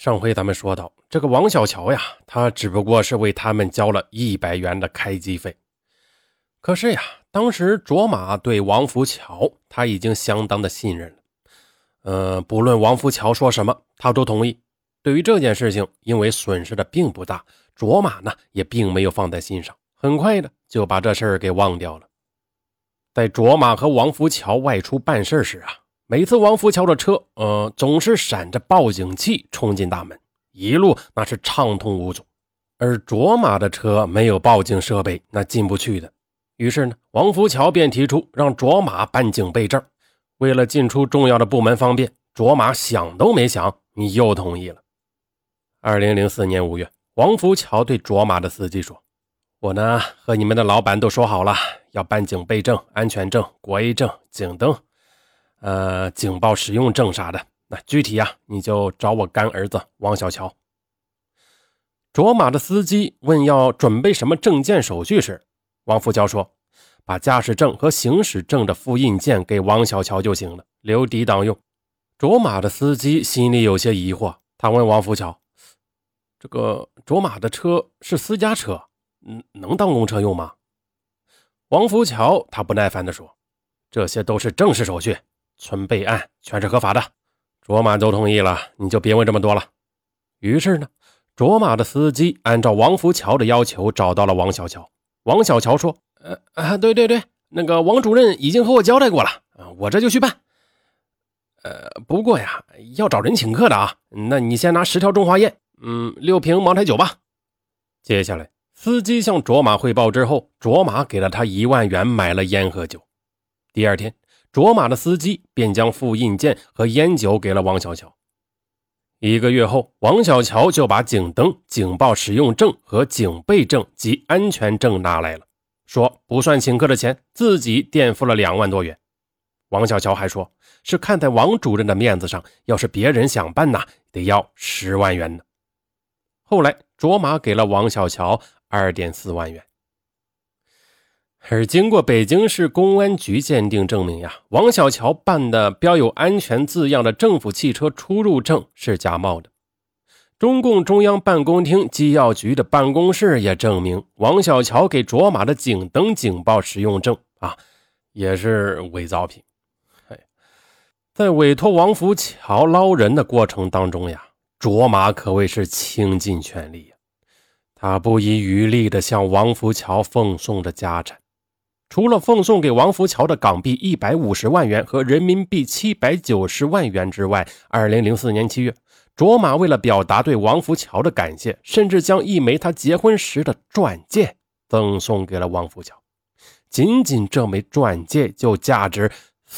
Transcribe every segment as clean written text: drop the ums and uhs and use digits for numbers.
上回咱们说到，这个王小乔呀，他只不过是为他们交了100元的开机费。可是呀，当时卓玛对王福桥他已经相当的信任了。不论王福桥说什么，他都同意。对于这件事情，因为损失的并不大，卓玛呢也并没有放在心上，很快的就把这事儿给忘掉了。在卓玛和王福桥外出办事时啊，每次王福桥的车总是闪着报警器冲进大门，一路那是畅通无阻。而卓玛的车没有报警设备，那进不去的。于是呢，王福桥便提出让卓玛办警备证。为了进出重要的部门方便，卓玛想都没想，你又同意了。2004年5月，王福桥对卓玛的司机说，我呢和你们的老板都说好了，要办警备证、安全证、国 A 证、警灯警报使用证啥的，那具体啊你就找我干儿子王小乔。卓玛的司机问要准备什么证件手续时，王福桥说把驾驶证和行驶证的复印件给王小乔就行了，留抵档用。卓玛的司机心里有些疑惑，他问王福桥，这个卓玛的车是私家车，能当公车用吗？王福桥他不耐烦地说，这些都是正式手续，存备案全是合法的。卓玛都同意了，你就别问这么多了。于是呢，卓玛的司机按照王福桥的要求找到了王小乔。王小乔说，对，那个王主任已经和我交代过了，我这就去办。不过呀，要找人请客的啊，那你先拿10条中华宴，6瓶茅台酒吧。接下来司机向卓玛汇报之后，卓玛给了他1万元买了烟和酒。第二天，卓玛的司机便将复印件和烟酒给了王小乔。1个月后，王小乔就把警灯、警报使用证和警备证及安全证拿来了，说不算请客的钱，自己垫付了2万多元。王小乔还说是看在王主任的面子上，要是别人想办得要10万元呢。后来卓玛给了王小乔 2.4 万元。而经过北京市公安局鉴定证明呀，王小乔办的标有安全字样的政府汽车出入证是假冒的。中共中央办公厅机要局的办公室也证明，王小乔给卓玛的警灯、警报使用证也是伪造品。在委托王福桥捞人的过程当中呀，卓玛可谓是倾尽全力呀。他不遗余力地向王福桥奉送着家产，除了奉送给王福桥的港币150万元和人民币790万元之外，2004年7月，卓玛为了表达对王福桥的感谢，甚至将一枚他结婚时的钻戒赠送给了王福桥。仅仅这枚钻戒就价值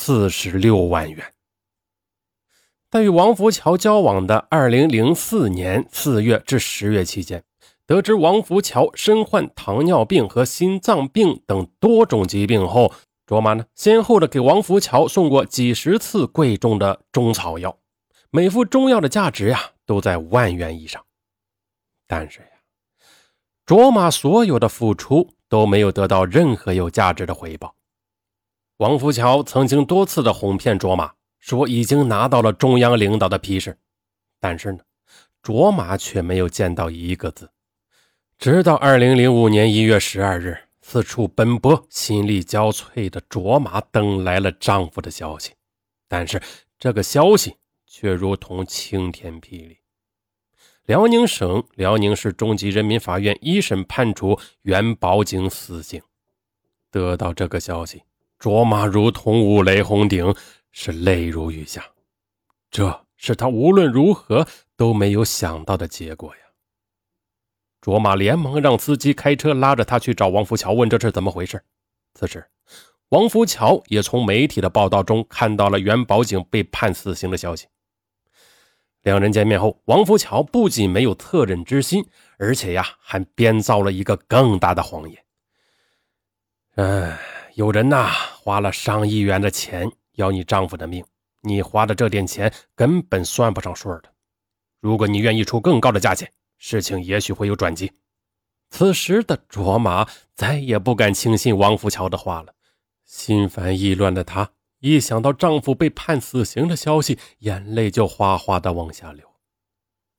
46万元。在与王福桥交往的2004年4月至10月期间，得知王福桥身患糖尿病和心脏病等多种疾病后，卓玛先后的给王福桥送过几十次贵重的中草药，每副中药的价值都在万元以上。但是卓玛所有的付出都没有得到任何有价值的回报。王福桥曾经多次的哄骗卓玛，说已经拿到了中央领导的批示，但是卓玛却没有见到一个字。直到2005年1月12日，四处奔波、心力交瘁的卓玛等来了丈夫的消息，但是这个消息却如同晴天霹雳。辽宁省辽宁市中级人民法院一审判处袁宝景死刑。得到这个消息，卓玛如同五雷轰顶，是泪如雨下。这是他无论如何都没有想到的结果呀。卓玛连忙让司机开车拉着他去找王福桥，问这是怎么回事。此时王福桥也从媒体的报道中看到了袁宝景被判死刑的消息。两人见面后，王福桥不仅没有恻隐之心，而且还编造了一个更大的谎言。有人花了上亿元的钱要你丈夫的命，你花的这点钱根本算不上数的。如果你愿意出更高的价钱，事情也许会有转机。此时的卓玛再也不敢轻信王福桥的话了，心烦意乱的她一想到丈夫被判死刑的消息，眼泪就哗哗地往下流。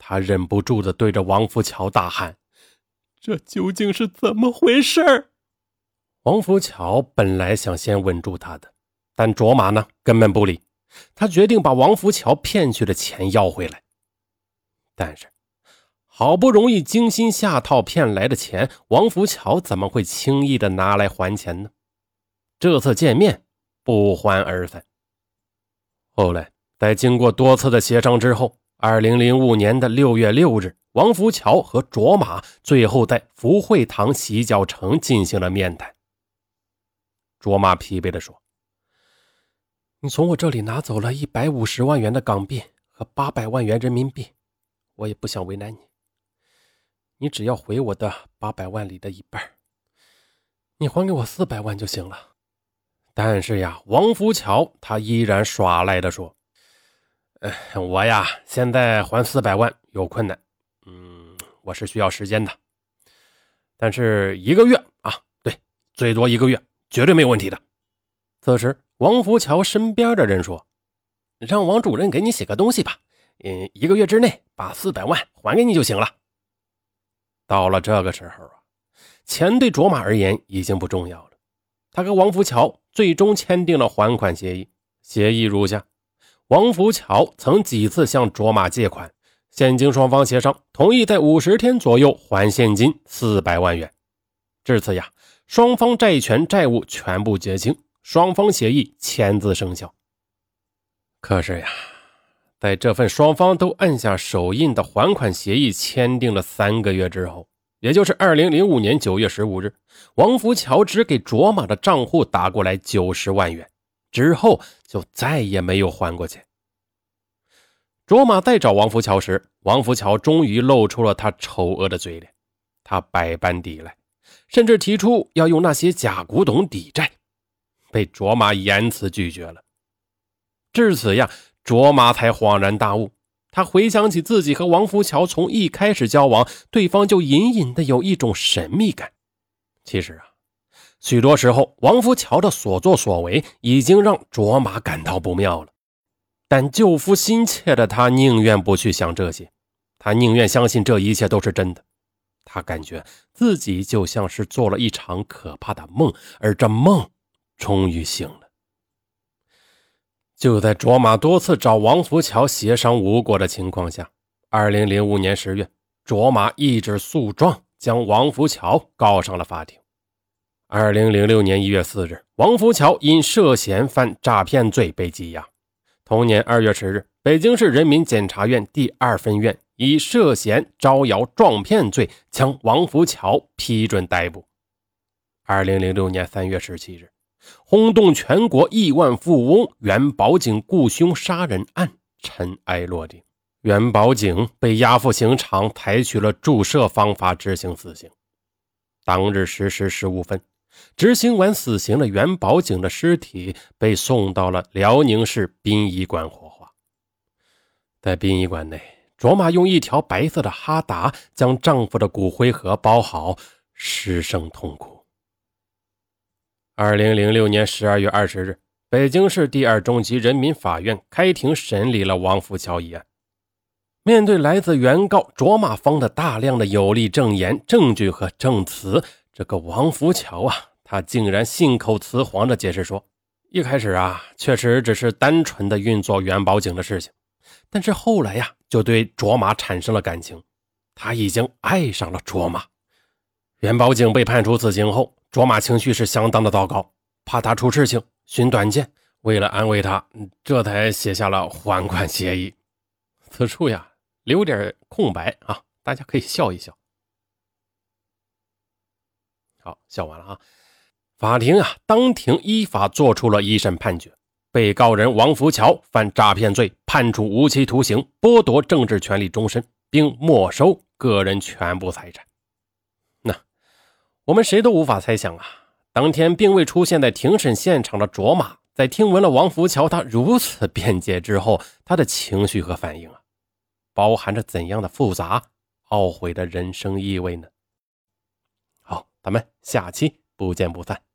他忍不住地对着王福桥大喊：这究竟是怎么回事？王福桥本来想先稳住他的，但卓玛呢根本不理，他决定把王福桥骗去的钱要回来。但是好不容易精心下套骗来的钱，王福桥怎么会轻易的拿来还钱呢？这次见面不欢而散。后来在经过多次的协商之后，2005年的6月6日，王福桥和卓玛最后在福慧堂洗脚城进行了面谈。卓玛疲惫地说：你从我这里拿走了150万元的港币和800万元人民币，我也不想为难你，你只要回我的800万里的一半，你还给我400万就行了。但是呀，王福桥他依然耍赖地说：我呀现在还400万有困难，我是需要时间的，但是1个月啊，对，最多1个月绝对没有问题的。此时王福桥身边的人说：让王主任给你写个东西吧，1个月之内把400万还给你就行了。到了这个时候啊，钱对卓玛而言已经不重要了。他跟王福桥最终签订了还款协议，协议如下：王福桥曾几次向卓玛借款，现经双方协商，同意在50天左右还现金400万元。至此呀，双方债权债务全部结清，双方协议签字生效。可是呀，在这份双方都按下手印的还款协议签订了3个月之后，也就是2005年9月15日，王福桥只给卓玛的账户打过来90万元，之后就再也没有还过钱。卓玛再找王福桥时，王福桥终于露出了他丑恶的嘴脸，他百般抵赖，甚至提出要用那些假古董抵债，被卓玛严词拒绝了。至此呀，卓玛才恍然大悟，他回想起自己和王福桥从一开始交往，对方就隐隐的有一种神秘感。其实啊，许多时候王福桥的所作所为已经让卓玛感到不妙了，但救夫心切的他宁愿不去想这些，他宁愿相信这一切都是真的。他感觉自己就像是做了一场可怕的梦，而这梦终于醒了。就在卓玛多次找王福桥协商无果的情况下，2005年10月，卓玛一纸诉状将王福桥告上了法庭。2006年1月4日，王福桥因涉嫌犯诈骗罪被羁押。同年2月10日，北京市人民检察院第2分院以涉嫌招摇撞骗罪将王福桥批准逮捕。2006年3月17日，轰动全国亿万富翁袁宝景雇凶杀人案尘埃落定，袁宝景被押赴刑场，采取了注射方法执行死刑。当日10时15分，执行完死刑的袁宝景的尸体被送到了辽宁市殡仪馆火化。在殡仪馆内，卓玛用一条白色的哈达将丈夫的骨灰盒包好，失声痛哭。2006年12月20日，北京市第2中级人民法院开庭审理了王福桥一案。面对来自原告卓玛方的大量的有力证言、证据和证词，这个王福桥啊，他竟然信口雌黄地解释说，一开始啊，确实只是单纯的运作袁宝景的事情，但是后来呀，就对卓玛产生了感情，他已经爱上了卓玛。袁宝景被判处死刑后，卓玛情绪是相当的糟糕，怕他出事情，寻短见，为了安慰他，这才写下了还款协议。此处呀，留点空白啊，大家可以笑一笑。好，笑完了啊。法庭啊，当庭依法作出了一审判决，被告人王福桥犯诈骗罪，判处无期徒刑，剥夺政治权利终身，并没收个人全部财产。我们谁都无法猜想啊，当天并未出现在庭审现场的卓玛，在听闻了王福桥他如此辩解之后，他的情绪和反应啊，包含着怎样的复杂、懊悔的人生意味呢？好，咱们下期不见不散。